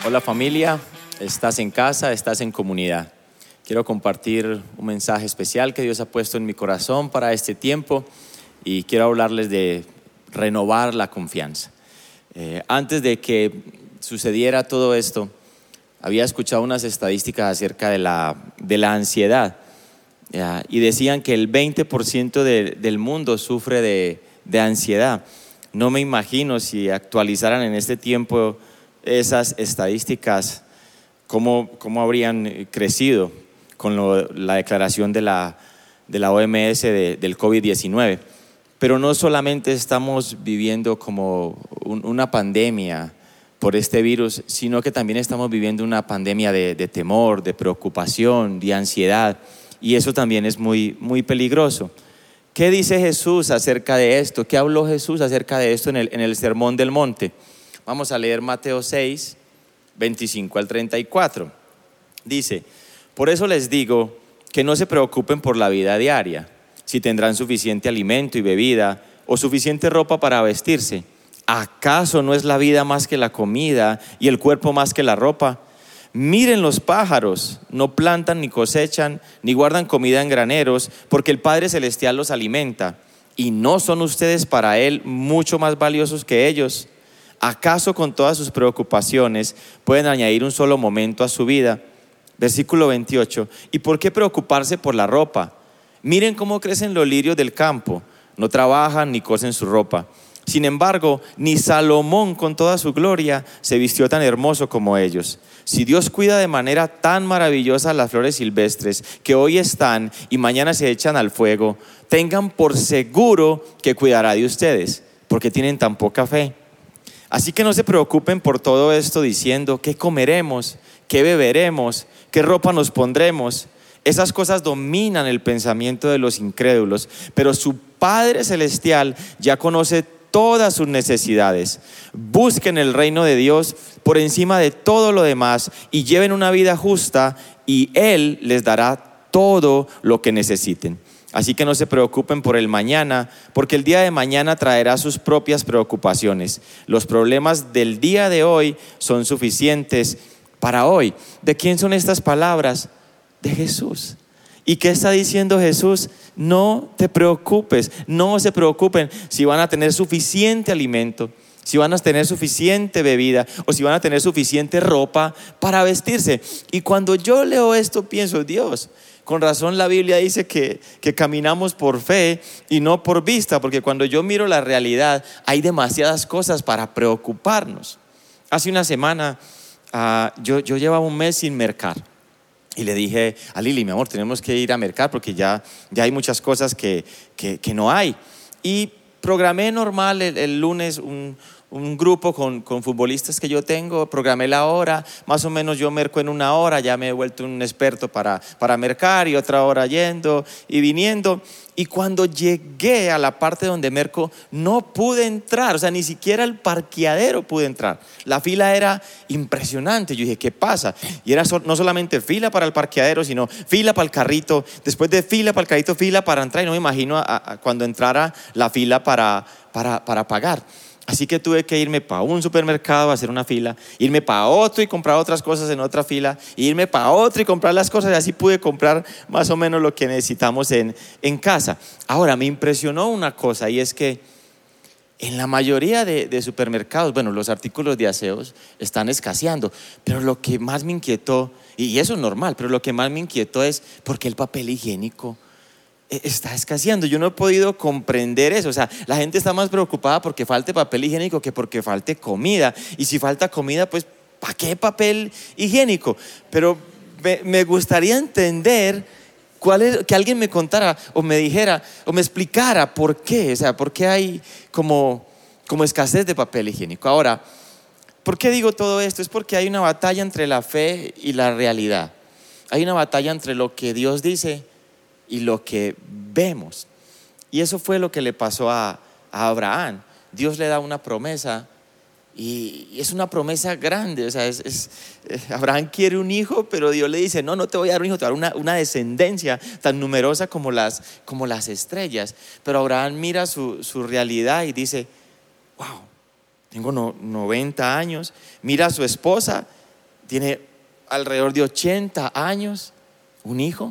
Hola familia, estás en casa, estás en comunidad. Quiero compartir un mensaje especial que Dios ha puesto en mi corazón para este tiempo y quiero hablarles de renovar la confianza. Antes de que sucediera todo esto, había escuchado unas estadísticas acerca de la ansiedad y decían que el 20% del mundo sufre de ansiedad. No me imagino si actualizaran en este tiempo esas estadísticas, cómo habrían crecido con la declaración de la OMS del COVID-19. Pero no solamente estamos viviendo como una pandemia por este virus, sino que también estamos viviendo una pandemia de temor, de preocupación, de ansiedad, y eso también es muy, muy peligroso. ¿Qué dice Jesús acerca de esto? ¿Qué habló Jesús acerca de esto en el Sermón del Monte? Vamos a leer Mateo 6, 25 al 34. Dice: por eso les digo que no se preocupen por la vida diaria, si tendrán suficiente alimento y bebida o suficiente ropa para vestirse. ¿Acaso no es la vida más que la comida y el cuerpo más que la ropa? Miren los pájaros, no plantan ni cosechan ni guardan comida en graneros, porque el Padre Celestial los alimenta. ¿Y no son ustedes para Él mucho más valiosos que ellos? ¿Acaso con todas sus preocupaciones pueden añadir un solo momento a su vida? Versículo 28. ¿Y por qué preocuparse por la ropa? Miren cómo crecen los lirios del campo, no trabajan ni cosen su ropa. Sin embargo, ni Salomón con toda su gloria se vistió tan hermoso como ellos. Si Dios cuida de manera tan maravillosa las flores silvestres que hoy están y mañana se echan al fuego, tengan por seguro que cuidará de ustedes, porque tienen tan poca fe. Así que no se preocupen por todo esto diciendo: ¿qué comeremos? ¿Qué beberemos? ¿Qué ropa nos pondremos? Esas cosas dominan el pensamiento de los incrédulos, pero su Padre Celestial ya conoce todas sus necesidades. Busquen el reino de Dios por encima de todo lo demás y lleven una vida justa, y Él les dará todo lo que necesiten. Así que no se preocupen por el mañana, porque el día de mañana traerá sus propias preocupaciones. Los problemas del día de hoy son suficientes para hoy. ¿De quién son estas palabras? De Jesús. ¿Y qué está diciendo Jesús? No te preocupes, no se preocupen si van a tener suficiente alimento, si van a tener suficiente bebida o si van a tener suficiente ropa para vestirse. Y cuando yo leo esto pienso: Dios, con razón la Biblia dice que caminamos por fe y no por vista, porque cuando yo miro la realidad hay demasiadas cosas para preocuparnos. Hace una semana yo llevaba un mes sin mercar. Y le dije a Lili: mi amor, tenemos que ir a mercar porque ya hay muchas cosas que no hay. Y programé normal el lunes un grupo con futbolistas que yo tengo. Programé la hora, más o menos yo merco en una hora. Ya me he vuelto un experto para mercar, y otra hora yendo y viniendo. Y cuando llegué a la parte donde merco, no pude entrar, o sea, ni siquiera el parqueadero pude entrar. La fila era impresionante. Yo dije: ¿qué pasa? Y era no solamente fila para el parqueadero, sino fila para el carrito. Después de fila para el carrito, fila para entrar. Y no me imagino cuando entrara la fila para pagar. Así que tuve que irme para un supermercado a hacer una fila, irme para otro y comprar otras cosas en otra fila, irme para otro y comprar las cosas, y así pude comprar más o menos lo que necesitamos en casa. Ahora, me impresionó una cosa, y es que en la mayoría de supermercados, bueno, los artículos de aseos están escaseando, pero lo que más me inquietó, y eso es normal, pero lo que más me inquietó es por qué el papel higiénico está escaseando. Yo no he podido comprender eso. O sea, la gente está más preocupada porque falte papel higiénico que porque falte comida. Y si falta comida, pues ¿para qué papel higiénico? Pero me gustaría entender que alguien me contara o me dijera o me explicara por qué. O sea, por qué hay como escasez de papel higiénico. Ahora, ¿por qué digo todo esto? Es porque hay una batalla entre la fe y la realidad. Hay una batalla entre lo que Dios dice y lo que vemos. Y eso fue lo que le pasó a Abraham. Dios le da una promesa, y es una promesa grande. O sea, Abraham quiere un hijo, pero Dios le dice: no te voy a dar un hijo, te voy a dar una descendencia tan numerosa como las estrellas. Pero Abraham mira su realidad y dice: wow, tengo 90 años. Mira a su esposa tiene alrededor de 80 años, un hijo.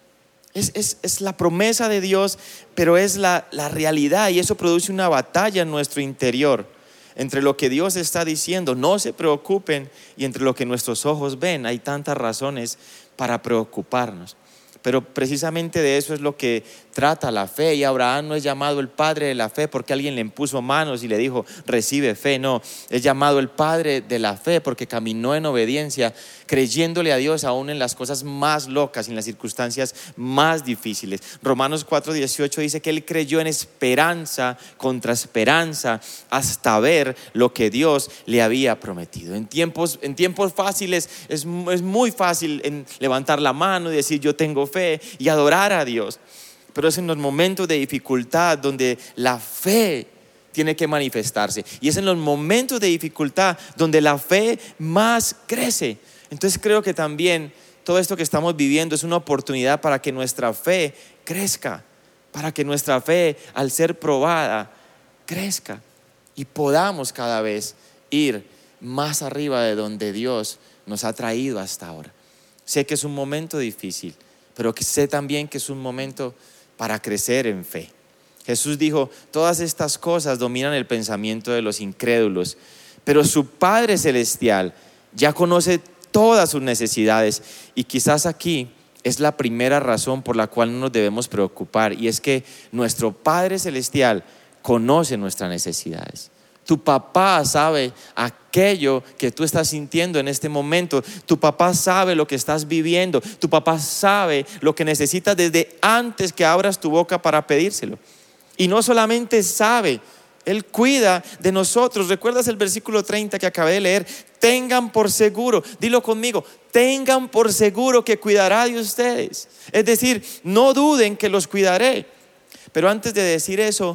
Es la promesa de Dios, pero es la realidad, y eso produce una batalla en nuestro interior entre lo que Dios está diciendo, no se preocupen, y entre lo que nuestros ojos ven. Hay tantas razones para preocuparnos, pero precisamente de eso es lo que trata la fe. Y Abraham no es llamado el padre de la fe porque alguien le impuso manos y le dijo recibe fe. No, es llamado el padre de la fe porque caminó en obediencia, creyéndole a Dios aún en las cosas más locas y en las circunstancias más difíciles. Romanos 4:18 dice que él creyó en esperanza contra esperanza hasta ver lo que Dios le había prometido. En tiempos fáciles es muy fácil levantar la mano y decir yo tengo fe y adorar a Dios, pero es en los momentos de dificultad donde la fe tiene que manifestarse, y es en los momentos de dificultad donde la fe más crece. Entonces creo que también todo esto que estamos viviendo es una oportunidad para que nuestra fe crezca, para que nuestra fe, al ser probada, crezca y podamos cada vez ir más arriba de donde Dios nos ha traído hasta ahora. Sé que es un momento difícil, pero que sé también que es un momento para crecer en fe. Jesús dijo, todas estas cosas dominan el pensamiento de los incrédulos, pero su Padre Celestial ya conoce todas sus necesidades. Y quizás aquí es la primera razón por la cual no nos debemos preocupar, y es que nuestro Padre Celestial conoce nuestras necesidades. Tu papá sabe aquello que tú estás sintiendo en este momento. Tu papá sabe lo que estás viviendo. Tu papá sabe lo que necesitas desde antes que abras tu boca para pedírselo. Y no solamente sabe, Él cuida de nosotros. ¿Recuerdas el versículo 30 que acabé de leer? Tengan por seguro, dilo conmigo, tengan por seguro que cuidará de ustedes. Es decir, no duden que los cuidaré. Pero antes de decir eso,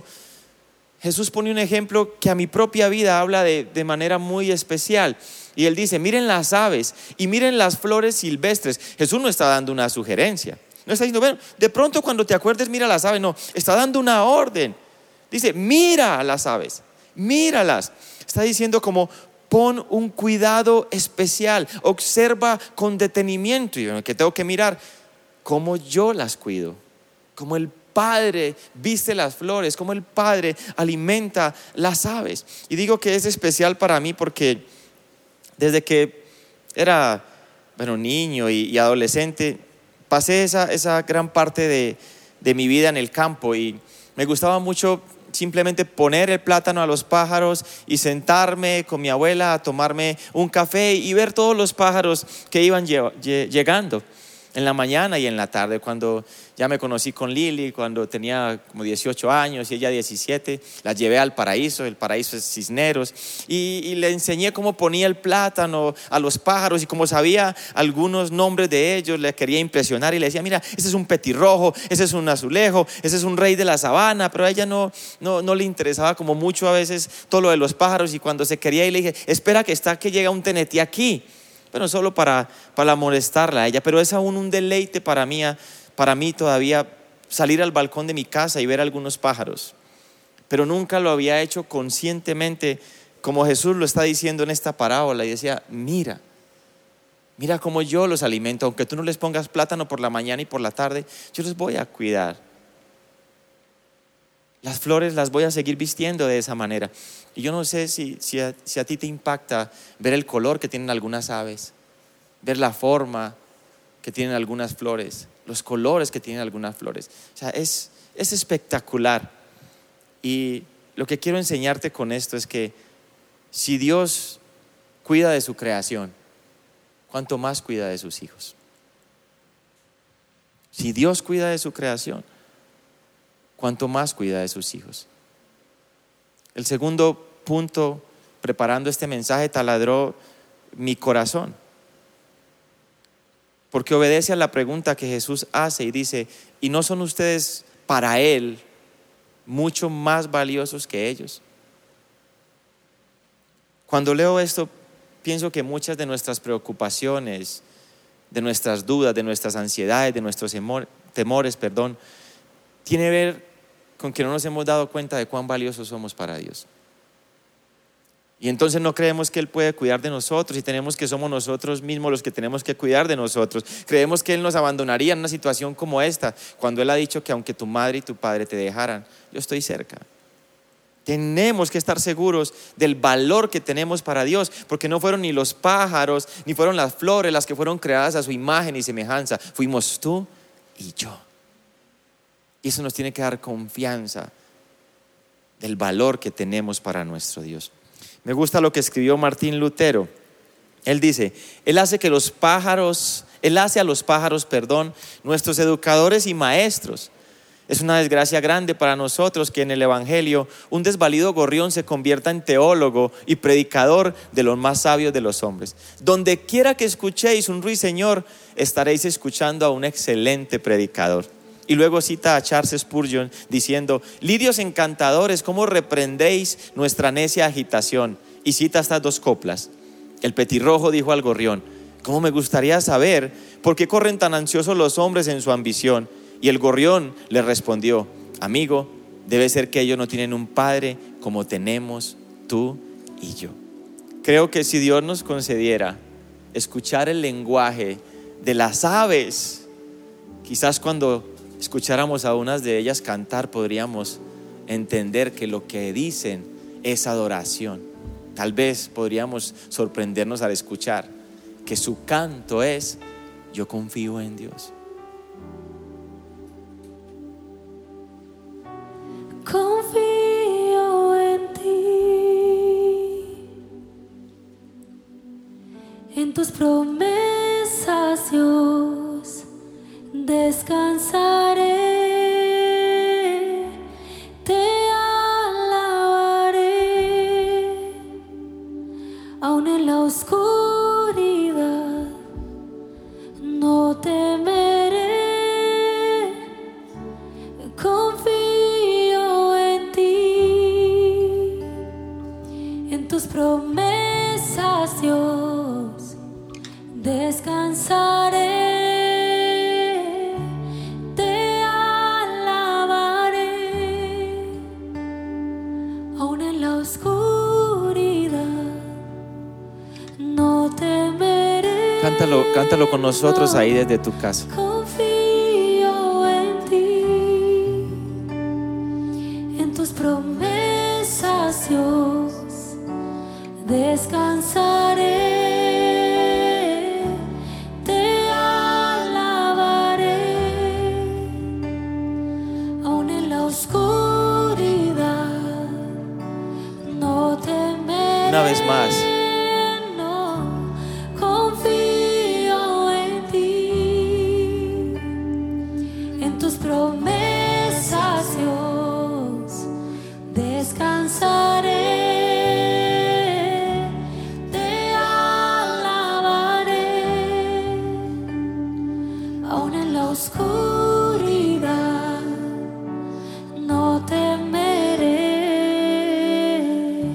Jesús pone un ejemplo que a mi propia vida habla de manera muy especial. Y Él dice, miren las aves y miren las flores silvestres. Jesús no está dando una sugerencia, no está diciendo, bueno, de pronto cuando te acuerdes mira las aves. No, está dando una orden. Dice, mira las aves, míralas. Está diciendo como, pon un cuidado especial, observa con detenimiento. Y yo, que tengo que mirar cómo yo las cuido, cómo el Padre viste las flores, cómo el Padre alimenta las aves. Y digo que es especial para mí porque desde que era niño y adolescente, pasé esa gran parte de mi vida en el campo, y me gustaba mucho simplemente poner el plátano a los pájaros y sentarme con mi abuela a tomarme un café y ver todos los pájaros que iban llegando en la mañana y en la tarde. Cuando ya me conocí con Lili, cuando tenía como 18 años y ella 17, la llevé al paraíso. El paraíso es Cisneros, y le enseñé cómo ponía el plátano a los pájaros, y como sabía algunos nombres de ellos, le quería impresionar y le decía, mira, ese es un petirrojo, ese es un azulejo, ese es un rey de la sabana. Pero a ella no le interesaba como mucho a veces todo lo de los pájaros, y cuando se quería ir le dije, espera que llega un tenetí aquí. Bueno, solo para molestarla a ella, pero es aún un deleite para mí todavía salir al balcón de mi casa y ver algunos pájaros. Pero nunca lo había hecho conscientemente, como Jesús lo está diciendo en esta parábola, y decía, mira cómo yo los alimento. Aunque tú no les pongas plátano por la mañana y por la tarde, yo los voy a cuidar. Las flores las voy a seguir vistiendo de esa manera. Y yo no sé si a ti te impacta ver el color que tienen algunas aves, ver la forma que tienen algunas flores, los colores que tienen algunas flores. O sea, es espectacular. Y lo que quiero enseñarte con esto es que si Dios cuida de su creación, ¿cuánto más cuida de sus hijos? Si Dios cuida de su creación, ¿cuánto más cuida de sus hijos? El segundo punto, preparando este mensaje, taladró mi corazón, porque obedece a la pregunta que Jesús hace y dice, ¿y no son ustedes para Él mucho más valiosos que ellos? Cuando leo esto, pienso que muchas de nuestras preocupaciones, de nuestras dudas, de nuestras ansiedades, de nuestros temores, tiene que ver con que no nos hemos dado cuenta de cuán valiosos somos para Dios. Y entonces no creemos que Él puede cuidar de nosotros y tenemos que somos nosotros mismos los que tenemos que cuidar de nosotros. Creemos que Él nos abandonaría en una situación como esta, cuando Él ha dicho que aunque tu madre y tu padre te dejaran, yo estoy cerca. Tenemos que estar seguros del valor que tenemos para Dios, porque no fueron ni los pájaros, ni fueron las flores las que fueron creadas a su imagen y semejanza. Fuimos tú y yo. Y eso nos tiene que dar confianza del valor que tenemos para nuestro Dios. Me gusta lo que escribió Martín Lutero. Él dice, Él hace a los pájaros, nuestros educadores y maestros. Es una desgracia grande para nosotros que en el Evangelio un desvalido gorrión se convierta en teólogo y predicador de los más sabios de los hombres. Donde quiera que escuchéis un ruiseñor, estaréis escuchando a un excelente predicador. Y luego cita a Charles Spurgeon diciendo, lirios encantadores, ¿cómo reprendéis nuestra necia agitación? Y cita estas dos coplas. El petirrojo dijo al gorrión, ¿cómo me gustaría saber por qué corren tan ansiosos los hombres en su ambición? Y el gorrión le respondió, amigo, debe ser que ellos no tienen un padre como tenemos tú y yo. Creo que si Dios nos concediera escuchar el lenguaje de las aves, quizás cuando escucháramos a unas de ellas cantar, podríamos entender que lo que dicen es adoración. Tal vez podríamos sorprendernos al escuchar que su canto es, yo confío en Dios. Confío en ti, en tus promesas, Dios, descansaré, te alabaré, aun en la oscuridad, no temeré, confío en ti, en tus promesas, Dios, descansaré. Cántalo con nosotros ahí desde tu casa. Confío en ti, en tus promesas, Dios, descansaré, te alabaré, aun en la oscuridad, no temeré. Una vez más. Promesas, Dios, descansaré, te alabaré, aun en la oscuridad, no temeré,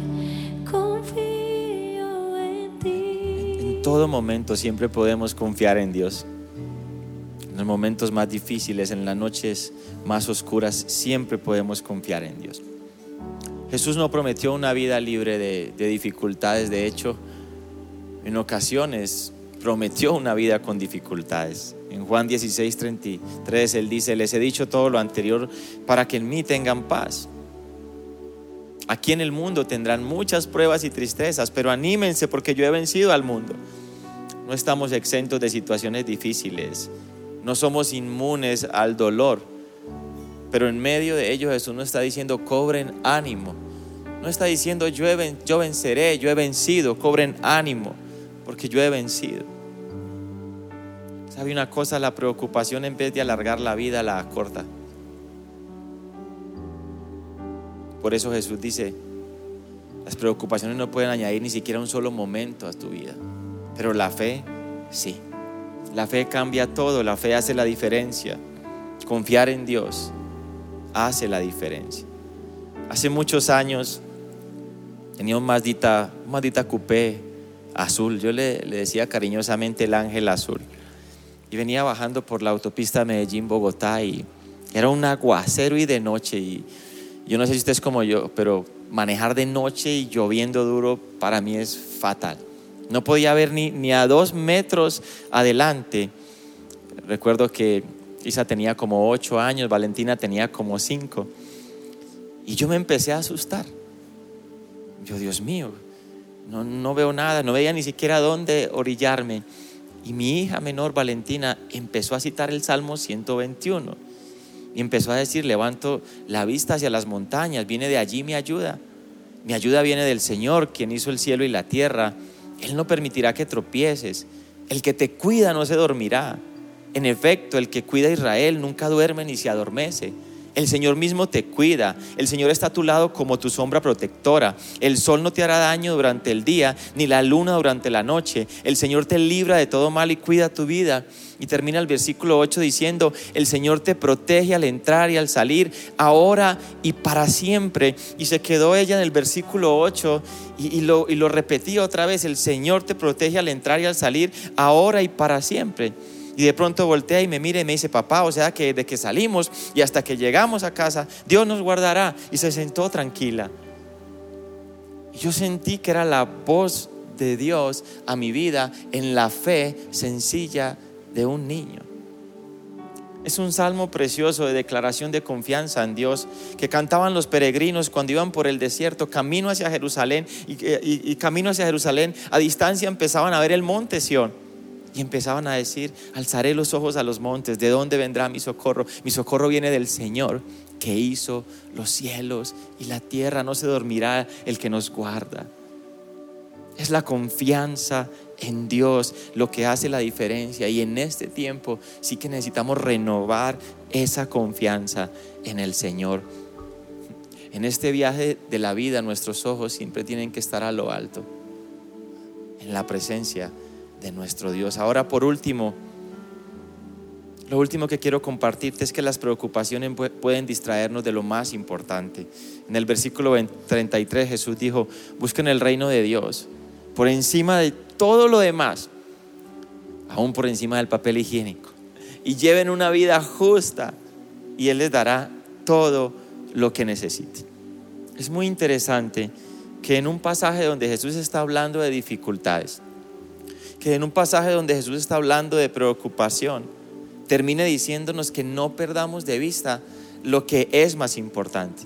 confío en ti. En todo momento siempre podemos confiar en Dios. En los momentos más difíciles, en las noches más oscuras, siempre podemos confiar en Dios. Jesús no prometió una vida libre de dificultades. De hecho, en ocasiones prometió una vida con dificultades. En Juan 16:33 Él dice, les he dicho todo lo anterior para que en mí tengan paz. Aquí en el mundo tendrán muchas pruebas y tristezas, pero anímense porque yo he vencido al mundo. No estamos exentos de situaciones difíciles. No somos inmunes al dolor, pero en medio de ello Jesús nos está diciendo cobren ánimo. No está diciendo yo venceré, yo he vencido. Cobren ánimo porque yo he vencido. ¿Sabe una cosa? La preocupación, en vez de alargar la vida, la acorta. Por eso Jesús dice, las preocupaciones no pueden añadir ni siquiera un solo momento a tu vida, pero la fe sí. La fe cambia todo, la fe hace la diferencia. Confiar en Dios hace la diferencia. Hace muchos años tenía un Mazdita coupé azul. Yo le decía cariñosamente el ángel azul. Y venía bajando por la autopista Medellín-Bogotá y era un aguacero y de noche. Y yo no sé si usted es como yo, pero manejar de noche y lloviendo duro para mí es fatal. No podía ver ni a 2 metros adelante. Recuerdo que Isa tenía como 8 años, Valentina tenía como 5. Y yo me empecé a asustar. Yo, Dios mío, no veo nada, no veía ni siquiera dónde orillarme. Y mi hija menor, Valentina, empezó a citar el Salmo 121 y empezó a decir: levanto la vista hacia las montañas, viene de allí mi ayuda. Mi ayuda viene del Señor, quien hizo el cielo y la tierra. Él no permitirá que tropieces. El que te cuida no se dormirá. En efecto, el que cuida a Israel nunca duerme ni se adormece. El Señor mismo te cuida. El Señor está a tu lado como tu sombra protectora. El sol no te hará daño durante el día, ni la luna durante la noche. El Señor te libra de todo mal y cuida tu vida. Y termina el versículo 8 diciendo: el Señor te protege al entrar y al salir, ahora y para siempre. Y se quedó ella en el versículo 8 y lo repetí otra vez: el Señor te protege al entrar y al salir, ahora y para siempre. Y de pronto voltea y me mira y me dice: papá, o sea que desde que salimos y hasta que llegamos a casa, Dios nos guardará. Y se sentó tranquila. Y yo sentí que era la voz de Dios a mi vida en la fe sencilla de un niño. Es un salmo precioso de declaración de confianza en Dios que cantaban los peregrinos cuando iban por el desierto camino hacia Jerusalén, y camino hacia Jerusalén a distancia empezaban a ver el monte Sión. Y empezaban a decir: alzaré los ojos a los montes, ¿de dónde vendrá mi socorro? Mi socorro viene del Señor, que hizo los cielos y la tierra. No se dormirá el que nos guarda. Es la confianza en Dios lo que hace la diferencia. Y en este tiempo sí que necesitamos renovar esa confianza en el Señor. En este viaje de la vida, nuestros ojos siempre tienen que estar a lo alto, en la presencia de nuestro Dios. Ahora, por último, lo último que quiero compartirte es que las preocupaciones pueden distraernos de lo más importante. En el versículo 33 Jesús dijo: busquen el reino de Dios por encima de todo lo demás, aún por encima del papel higiénico, y lleven una vida justa y Él les dará todo lo que necesiten. Es muy interesante que en un pasaje donde Jesús está hablando de dificultades, que en un pasaje donde Jesús está hablando de preocupación, termine diciéndonos que no perdamos de vista lo que es más importante,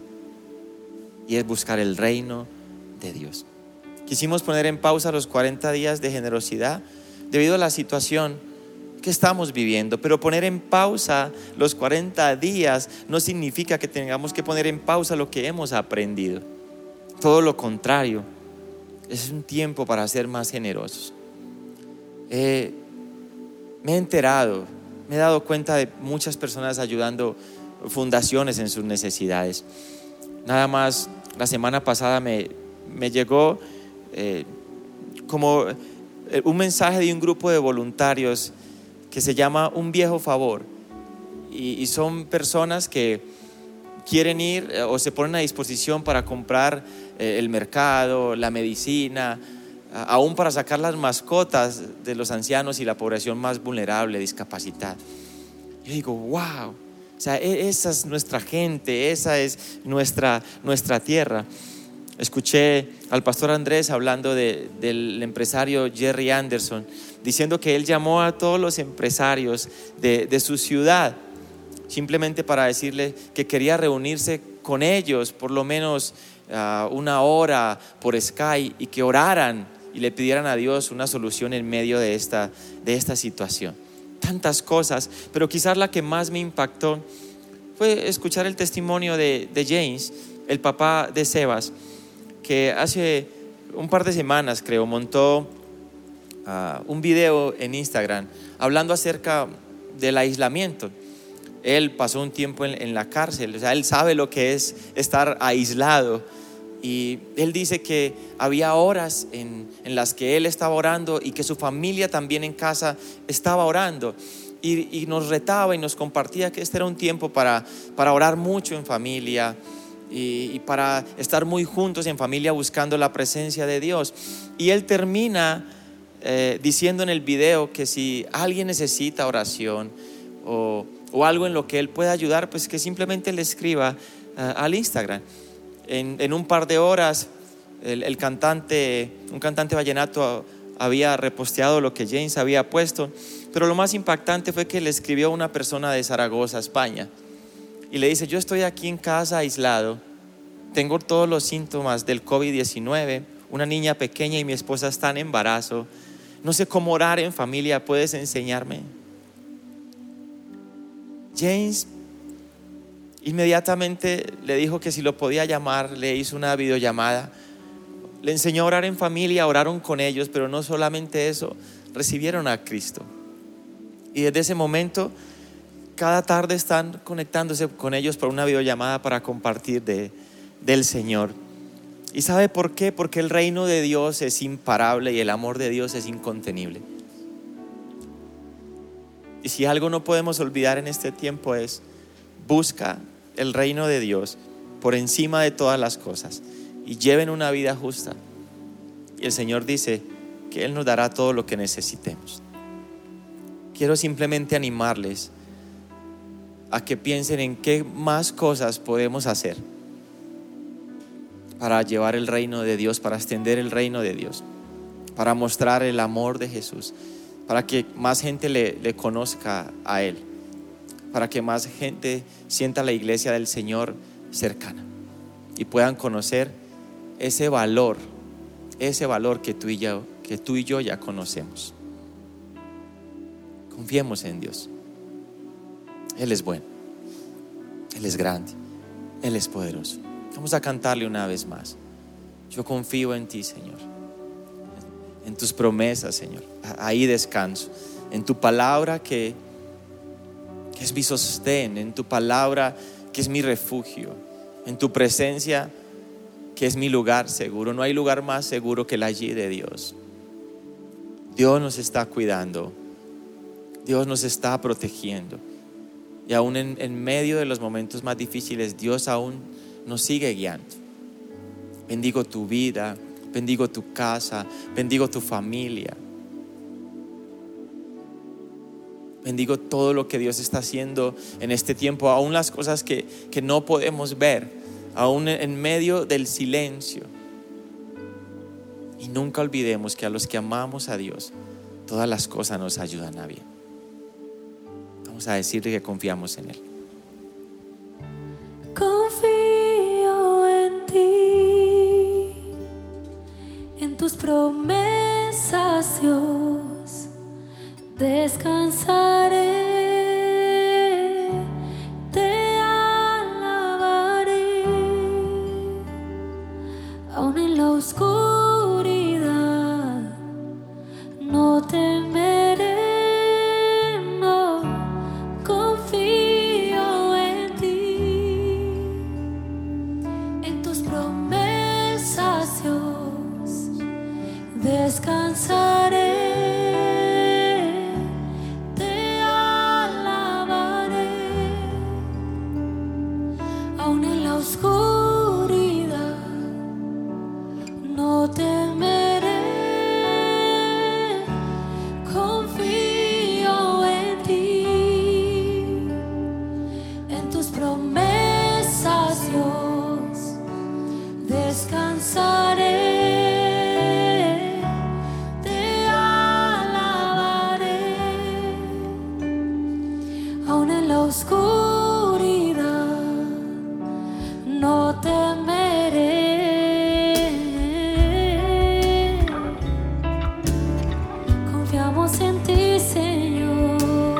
y es buscar el reino de Dios. Quisimos poner en pausa los 40 días de generosidad debido a la situación que estamos viviendo, pero poner en pausa los 40 días no significa que tengamos que poner en pausa lo que hemos aprendido. Todo lo contrario, es un tiempo para ser más generosos. Me he enterado, me he dado cuenta de muchas personas ayudando fundaciones en sus necesidades. Nada más la semana pasada me llegó como un mensaje de un grupo de voluntarios que se llama Un Viejo Favor, y son personas que quieren ir o se ponen a disposición para comprar el mercado, la medicina, aún para sacar las mascotas de los ancianos y la población más vulnerable, discapacitada. Yo digo: wow, o sea, esa es nuestra gente, esa es nuestra tierra. Escuché al pastor Andrés hablando del empresario Jerry Anderson, diciendo que él llamó a todos los empresarios de su ciudad simplemente para decirle que quería reunirse con ellos por lo menos 1 hora por Skype, y que oraran y le pidieran a Dios una solución en medio de esta situación. Tantas cosas, pero quizás la que más me impactó fue escuchar el testimonio de James, el papá de Sebas, que hace un par de semanas, creo, montó un video en Instagram hablando acerca del aislamiento. Él pasó un tiempo en la cárcel, o sea, él sabe lo que es estar aislado. Y él dice que había horas en las que él estaba orando y que su familia también en casa estaba orando. Y nos retaba y nos compartía que este era un tiempo para orar mucho en familia y para estar muy juntos en familia buscando la presencia de Dios. Y él termina diciendo en el video que si alguien necesita oración o algo en lo que él pueda ayudar, pues que simplemente le escriba al Instagram. En un par de horas un cantante vallenato había reposteado lo que James había puesto, pero lo más impactante fue que le escribió una persona de Zaragoza, España, y le dice: yo estoy aquí en casa aislado, tengo todos los síntomas del COVID-19, una niña pequeña y mi esposa está en embarazo, no sé cómo orar en familia, ¿puedes enseñarme? James inmediatamente le dijo que si lo podía llamar, le hizo una videollamada, le enseñó a orar en familia, oraron con ellos, pero no solamente eso, recibieron a Cristo. Y desde ese momento, cada tarde están conectándose con ellos por una videollamada para compartir del Señor. ¿Y sabe por qué? Porque el reino de Dios es imparable y el amor de Dios es incontenible. Y si algo no podemos olvidar en este tiempo es: busca el reino de Dios por encima de todas las cosas y lleven una vida justa. Y el Señor dice que Él nos dará todo lo que necesitemos. Quiero simplemente animarles a que piensen en qué más cosas podemos hacer para llevar el reino de Dios, para extender el reino de Dios, para mostrar el amor de Jesús, para que más gente le conozca a Él, para que más gente sienta la iglesia del Señor cercana y puedan conocer ese valor que tú y yo ya conocemos. Confiemos en Dios. Él es bueno, Él es grande, Él es poderoso. Vamos a cantarle una vez más: yo confío en ti, Señor, en tus promesas, Señor. Ahí descanso, en tu palabra que es mi sostén, en tu palabra que es mi refugio, en tu presencia que es mi lugar seguro. No hay lugar más seguro que el allí de Dios. Dios nos está cuidando, Dios nos está protegiendo, y aún en medio de los momentos más difíciles, Dios aún nos sigue guiando. Bendigo tu vida, bendigo tu casa, bendigo tu familia, bendigo todo lo que Dios está haciendo en este tiempo, aún las cosas que no podemos ver, aún en medio del silencio. Y nunca olvidemos que a los que amamos a Dios, todas las cosas nos ayudan a bien. Vamos a decirle que confiamos en Él. Confío en ti, en tus promesas, Dios, descansaré, te alabaré, aún en la oscuridad no temeré. Confío en ti, en tus promesas, Dios, descansaré, te alabaré, aún en la oscuridad no temeré. Confío en ti, en tus promesas, Dios, descansaré, te alabaré, aún en la oscuridad no temeré. Confiamos en ti, Señor.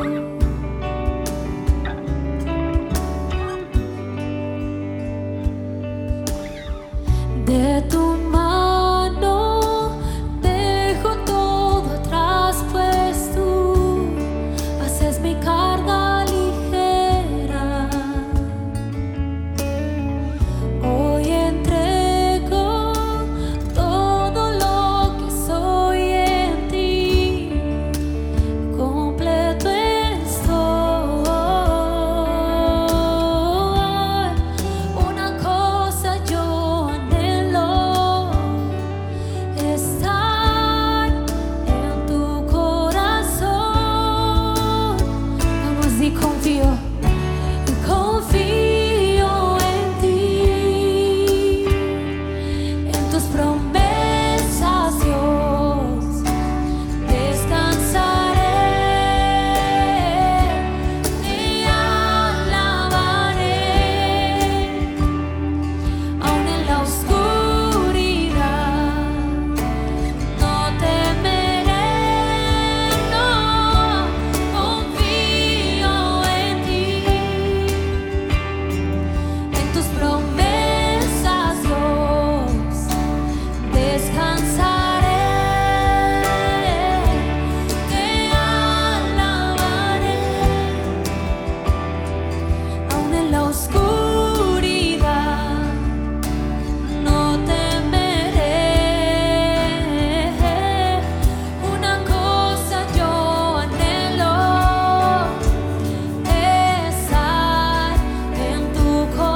De tu mano dejo todo atrás, pues tú haces mi carga ligera. Hoy entrego todo lo que soy en ti, completo estoy. Una cosa yo anhelo, promesas, Dios, descansaré, te alabaré, aun en la oscuridad, no temeré, no, confío en ti, en tus promesas, Dios, descansaré, te alabaré, aun en la oscuridad, no temeré. Una cosa yo anhelo, estar en tu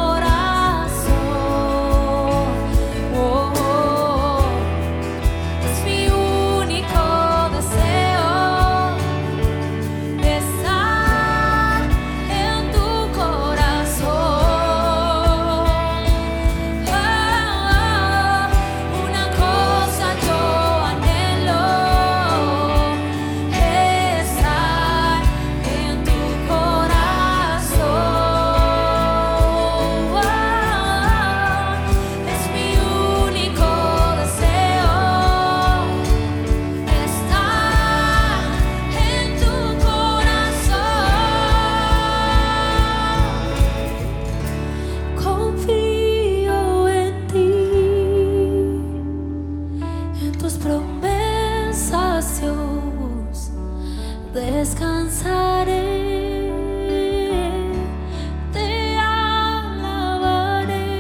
corazón. Oh, es mi único deseo, estar en tu corazón. Una cosa yo anhelo, estar en tu corazón. Es mi único deseo, estar en tu corazón. Confío en ti, en tus promesas, Dios, descansaré, te alabaré,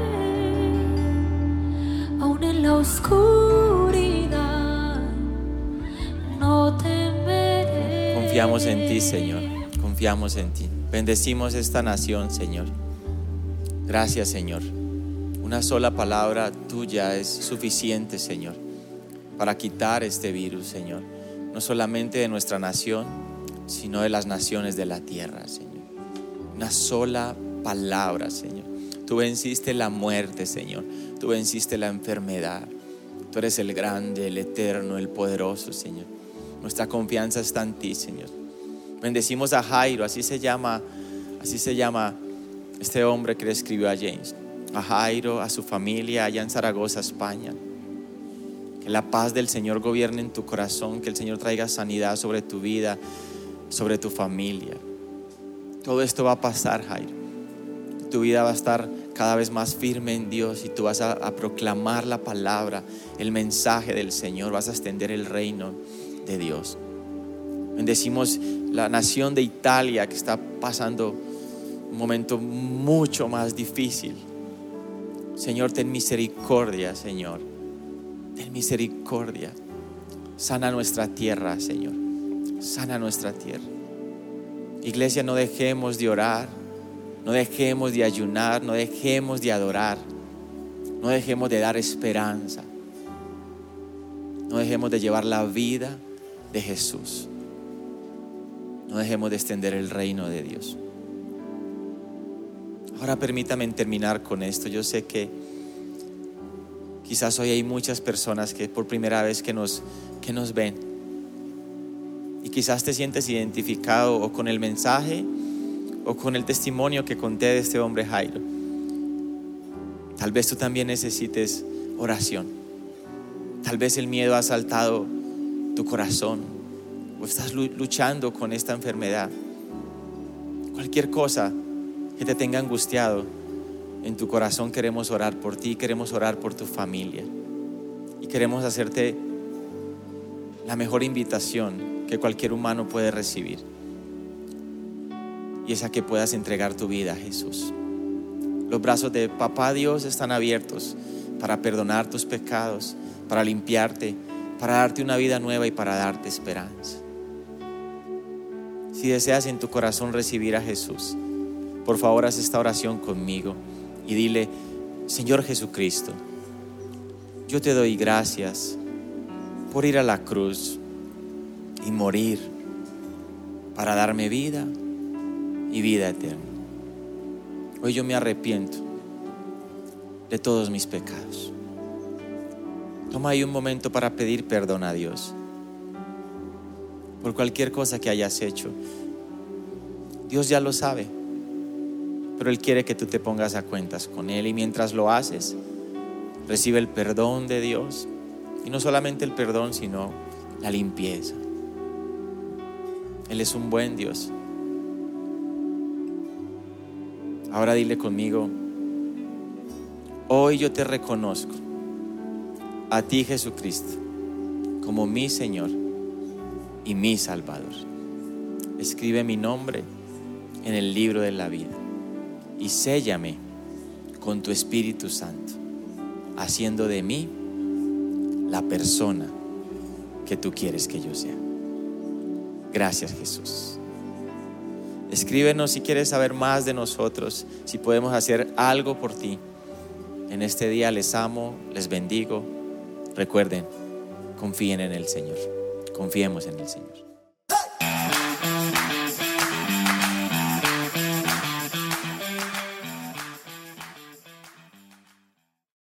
aun en la oscuridad, no temeré. Confiamos en ti, Señor. Confiamos en ti. Bendecimos esta nación, Señor. Gracias, Señor. Una sola palabra tuya es suficiente, Señor, para quitar este virus, Señor. No solamente de nuestra nación, sino de las naciones de la tierra, Señor. Una sola palabra, Señor. Tú venciste la muerte, Señor. Tú venciste la enfermedad. Tú eres el grande, el eterno, el poderoso, Señor. Nuestra confianza está en ti, Señor. Bendecimos a Jairo, así se llama este hombre que le escribió a James. A Jairo, a su familia allá en Zaragoza, España. Que la paz del Señor gobierne en tu corazón, que el Señor traiga sanidad sobre tu vida, sobre tu familia. Todo esto va a pasar, Jairo. Tu vida va a estar cada vez más firme en Dios y tú vas a proclamar la palabra, el mensaje del Señor, vas a extender el reino de Dios. Bendecimos la nación de Italia, que está pasando un momento mucho más difícil. Señor, ten misericordia, Señor. Ten misericordia. Sana nuestra tierra, Señor. Sana nuestra tierra. Iglesia, no dejemos de orar, no dejemos de ayunar, no dejemos de adorar, no dejemos de dar esperanza, no dejemos de llevar la vida de Jesús, no dejemos de extender el reino de Dios. Ahora permítame terminar con esto. Yo sé que quizás hoy hay muchas personas que por primera vez que nos ven, y quizás te sientes identificado o con el mensaje o con el testimonio que conté de este hombre Jairo. Tal vez tú también necesites oración. Tal vez el miedo ha asaltado tu corazón o estás luchando con esta enfermedad. Cualquier cosa que te tenga angustiado en tu corazón, queremos orar por ti, queremos orar por tu familia y queremos hacerte la mejor invitación que cualquier humano puede recibir, y es a que puedas entregar tu vida a Jesús. Los brazos de Papá Dios están abiertos para perdonar tus pecados, para limpiarte, para darte una vida nueva y para darte esperanza. Si deseas en tu corazón recibir a Jesús, por favor haz esta oración conmigo y dile: Señor Jesucristo, yo te doy gracias por ir a la cruz y morir para darme vida y vida eterna. Hoy yo me arrepiento de todos mis pecados. Toma ahí un momento para pedir perdón a Dios por cualquier cosa que hayas hecho. Dios ya lo sabe, pero Él quiere que tú te pongas a cuentas con Él, y mientras lo haces, recibe el perdón de Dios, y no solamente el perdón, sino la limpieza. Él es un buen Dios. Ahora dile conmigo: hoy yo te reconozco a ti, Jesucristo, como mi Señor y mi Salvador. Escribe mi nombre en el libro de la vida y séllame con tu Espíritu Santo, haciendo de mí la persona que tú quieres que yo sea. Gracias, Jesús. Escríbenos si quieres saber más de nosotros, si podemos hacer algo por ti. En este día les amo, les bendigo. Recuerden, confíen en el Señor. Confiemos en el Señor.